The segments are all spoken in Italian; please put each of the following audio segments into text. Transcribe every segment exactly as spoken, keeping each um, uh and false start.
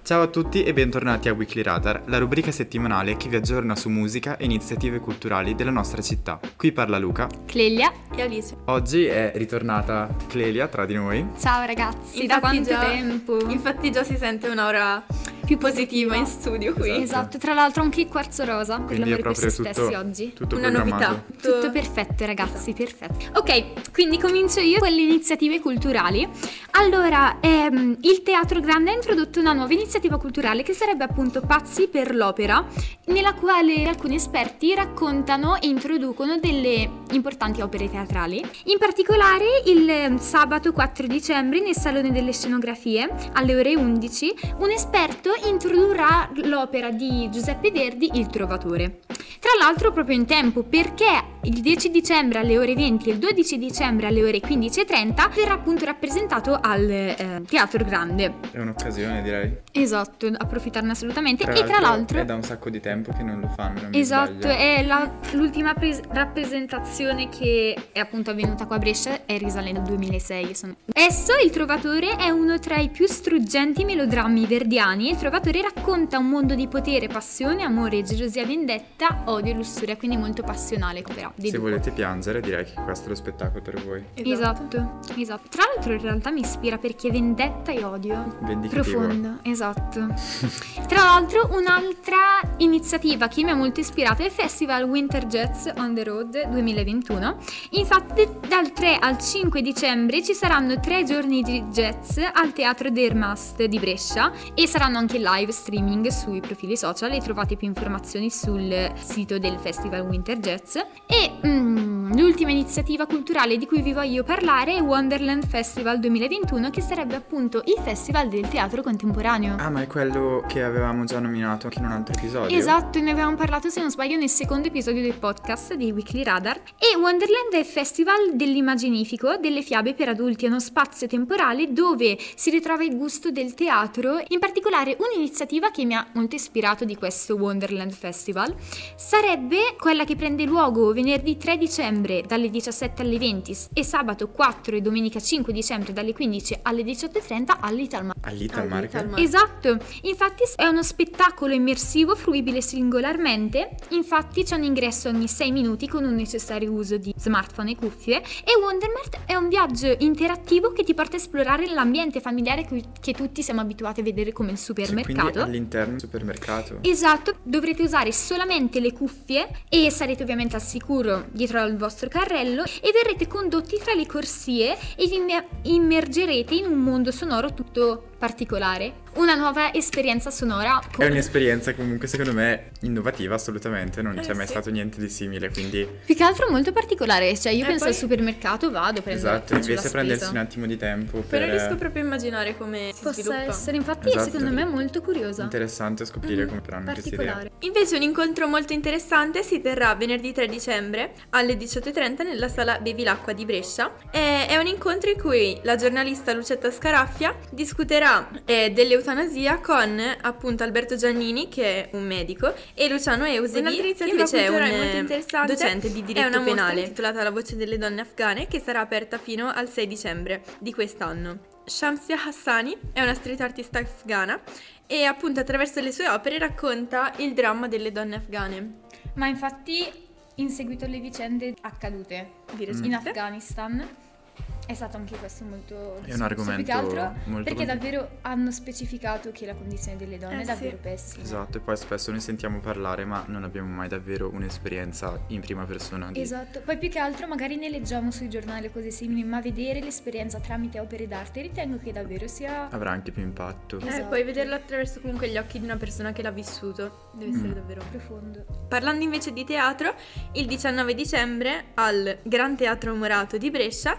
Ciao a tutti e bentornati a Weekly Radar, la rubrica settimanale che vi aggiorna su musica e iniziative culturali della nostra città. Qui parla Luca, Clelia e Alice. Oggi è ritornata Clelia tra di noi. Ciao ragazzi, Infatti da quanto già, tempo? Infatti già si sente un'aura più positiva in studio qui. Esatto. Esatto, tra l'altro anche il quarzo rosa, per Quindi è l'amore per se proprio stessi tutto, oggi. tutto Una programmato. novità. Tutto perfetto ragazzi, perfetto. Ok, quindi comincio io con le iniziative culturali. Allora, ehm, il Teatro Grande ha introdotto una nuova iniziativa culturale che sarebbe appunto Pazzi per l'Opera, nella quale alcuni esperti raccontano e introducono delle importanti opere teatrali. In particolare il eh, sabato quattro dicembre nel Salone delle Scenografie alle ore undici un esperto introdurrà l'opera di Giuseppe Verdi, Il Trovatore. Tra l'altro proprio in tempo, perché il dieci dicembre alle ore venti e il dodici dicembre alle ore quindici e trenta verrà appunto rappresentato al eh, Teatro Grande. È un'occasione, direi. Esatto, approfittarne assolutamente. Tra e tra l'altro è da un sacco di tempo che non lo fanno, non mi esatto, sbaglio. è la- l'ultima pres- rappresentazione che è appunto avvenuta qua a Brescia, è risale nel duemilasei. Sono... Esso, Il Trovatore, è uno tra i più struggenti melodrammi verdiani. Il Trovatore racconta un mondo di potere, passione, amore, gelosia, vendetta, odio e lussuria, quindi molto passionale, però. Se deduco. volete piangere, direi che questo è lo spettacolo per voi. Esatto, esatto. Tra l'altro in realtà mi ispira perché vendetta e odio Vendicativo. profondo, esatto. Tra l'altro un'altra iniziativa che mi ha molto ispirato è il Festival Winter Jazz on the Road duemilaventuno. Infatti dal tre al cinque dicembre ci saranno tre giorni di jazz al Teatro Dermast di Brescia e saranno anche live streaming sui profili social e trovate più informazioni sul sito del Festival Winter Jazz. E mm, l'ultima iniziativa culturale di cui vi voglio parlare è Wonderland Festival duemilaventuno, che sarebbe appunto il festival del teatro contemporaneo. Ah, ma è quello che avevamo già nominato anche in un altro episodio? Esatto, ne avevamo parlato se non sbaglio nel secondo episodio del podcast di Weekly Radar. E Wonderland è il festival dell'immaginifico, delle fiabe per adulti, è uno spazio temporale dove si ritrova il gusto del teatro. In particolare un'iniziativa che mi ha molto ispirato di questo Wonderland Festival sarebbe quella che prende luogo venerdì tre dicembre dalle diciassette alle venti e sabato quattro e domenica cinque dicembre dalle quindici alle diciotto e trenta all'Italmar. All'Italmar. All'Italmar. Esatto, infatti è uno spettacolo immersivo fruibile singolarmente, infatti c'è un ingresso ogni sei minuti con un necessario uso di smartphone e cuffie, e Wonderland è un viaggio interattivo che ti porta a esplorare l'ambiente familiare che, che tutti siamo abituati a vedere come il Cioè, quindi supermercato. all'interno del supermercato. Esatto, dovrete usare solamente le cuffie e sarete ovviamente al sicuro dietro al vostro carrello e verrete condotti tra le corsie e vi immer- immergerete in un mondo sonoro tutto particolare. Una nuova esperienza sonora. È un'esperienza comunque secondo me innovativa, assolutamente, non Eh, c'è mai sì. stato niente di simile, quindi Più che altro molto particolare, cioè io Eh, penso poi- al supermercato, vado, prendo esatto, faccio la invece prendersi spesa. un attimo di tempo per Però riesco proprio a immaginare come si Possa sviluppa. essere, infatti Esatto. secondo me molto curiosa. interessante scoprire Mm, come faranno questa idea. particolare. Invece un incontro molto interessante si terrà venerdì tre dicembre alle diciotto e trenta nella sala Bevilacqua di Brescia. E è un incontro in cui la giornalista Lucetta Scaraffia discuterà eh, dell'eutanasia con appunto Alberto Giannini, che è un medico, e Luciano Eusebi, Un'altra che iniziativa invece è un culturale molto eh, interessante docente di è diritto una mostra penale intitolata La voce delle donne afghane, che sarà aperta fino al sei dicembre di quest'anno. Shamsia Hassani è una street artist afghana e appunto attraverso le sue opere racconta il dramma delle donne afghane. Ma infatti in seguito alle vicende accadute Di in recente. Afghanistan è stato anche questo molto È un argomento più che altro molto perché con- davvero hanno specificato che la condizione delle donne Eh, è davvero sì. pessima. Esatto, e poi spesso ne sentiamo parlare, ma non abbiamo mai davvero un'esperienza in prima persona di... Esatto, poi più che altro magari ne leggiamo sui giornali o cose simili, ma vedere l'esperienza tramite opere d'arte ritengo che davvero sia avrà anche più impatto. Esatto. E poi vederlo attraverso comunque gli occhi di una persona che l'ha vissuto deve essere Mm. davvero. profondo. Parlando invece di teatro, il diciannove dicembre al Gran Teatro Morato di Brescia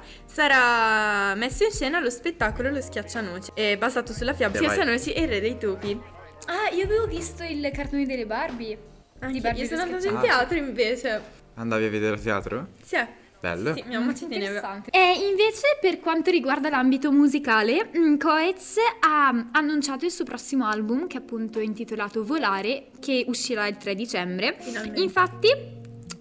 sarà messo in scena lo spettacolo Lo Schiaccianoci, è basato sulla fiaba Eh, vai. Schiaccianoci e il Re dei Topi. Ah, io avevo visto il cartone delle Barbie. Anche Di Barbie io sono che andata in schiacciano. teatro invece. Andavi a vedere a teatro? Sì, è. Bello. Sì, mia mamma ci teneva. Interessante. E invece per quanto riguarda l'ambito musicale, mm, Coez ha annunciato il suo prossimo album, che appunto è intitolato Volare, che uscirà il tre dicembre. Finalmente. Infatti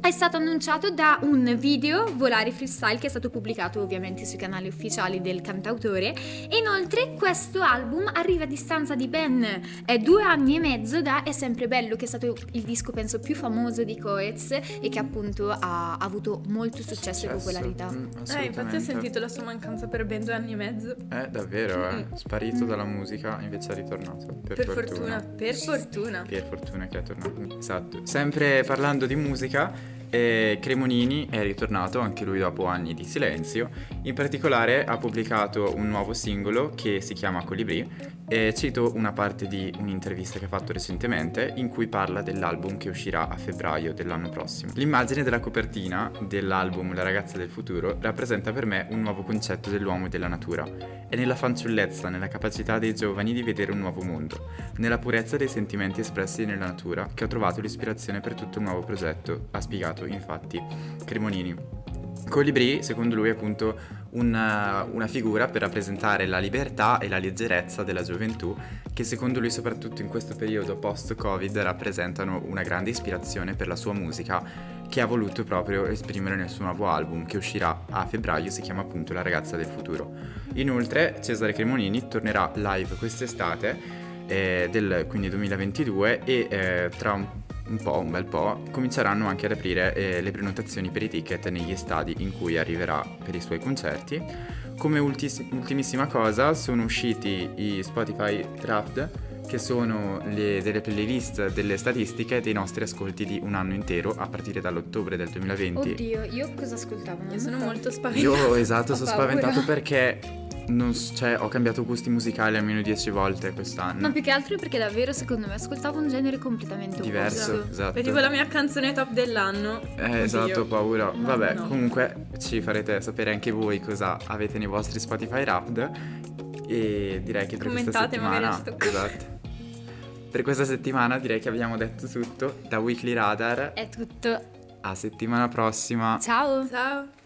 è stato annunciato da un video Volare Freestyle che è stato pubblicato ovviamente sui canali ufficiali del cantautore. E inoltre questo album arriva a distanza di ben eh, due anni e mezzo da È sempre bello, che è stato il disco penso più famoso di Coez e che appunto ha, ha avuto molto successo, e popolarità. Mm, Eh, infatti ho sentito la sua mancanza per ben due anni e mezzo. Eh, davvero, eh. Mm. Sparito dalla musica, invece è ritornato. Per, Per fortuna, per fortuna. Per fortuna che è tornato. Esatto. Sempre parlando di musica, eh, Cremonini è ritornato anche lui dopo anni di silenzio. In particolare ha pubblicato un nuovo singolo che si chiama Colibrì. E cito una parte di un'intervista che ha fatto recentemente in cui parla dell'album che uscirà a febbraio dell'anno prossimo. L'immagine della copertina dell'album La ragazza del futuro rappresenta per me un nuovo concetto dell'uomo e della natura. È nella fanciullezza, nella capacità dei giovani di vedere un nuovo mondo, nella purezza dei sentimenti espressi nella natura che ho trovato l'ispirazione per tutto il nuovo progetto, ha spiegato infatti Cremonini. Colibrì, secondo lui, è appunto una, una figura per rappresentare la libertà e la leggerezza della gioventù, che secondo lui, soprattutto in questo periodo post-Covid, rappresentano una grande ispirazione per la sua musica, che ha voluto proprio esprimere nel suo nuovo album, che uscirà a febbraio, si chiama appunto La ragazza del futuro. Inoltre Cesare Cremonini tornerà live quest'estate, eh, del quindi duemilaventidue, e eh, tra un un po', un bel po', cominceranno anche ad aprire eh, le prenotazioni per i ticket negli stadi in cui arriverà per i suoi concerti. Come ultis- ultimissima cosa sono usciti i Spotify Wrapped, che sono le, delle playlist delle statistiche dei nostri ascolti di un anno intero a partire dall'ottobre del duemilaventi. Oddio, io cosa ascoltavo? Non Io sono so. molto spaventata. Io esatto, Ho sono paura. spaventato perché non, s- cioè, ho cambiato gusti musicali almeno dieci volte quest'anno. Ma più che altro perché davvero secondo me ascoltavo un genere completamente Diverso, opposto. esatto. È tipo la mia canzone top dell'anno. Eh, Oddio. esatto, ho paura. No, Vabbè, no. comunque ci farete sapere anche voi cosa avete nei vostri Spotify Wrapped. E direi che per questa Commentate, magari settimana, sto- esatto. Per questa settimana direi che abbiamo detto tutto. Da Weekly Radar, È tutto. a settimana prossima. Ciao. Ciao.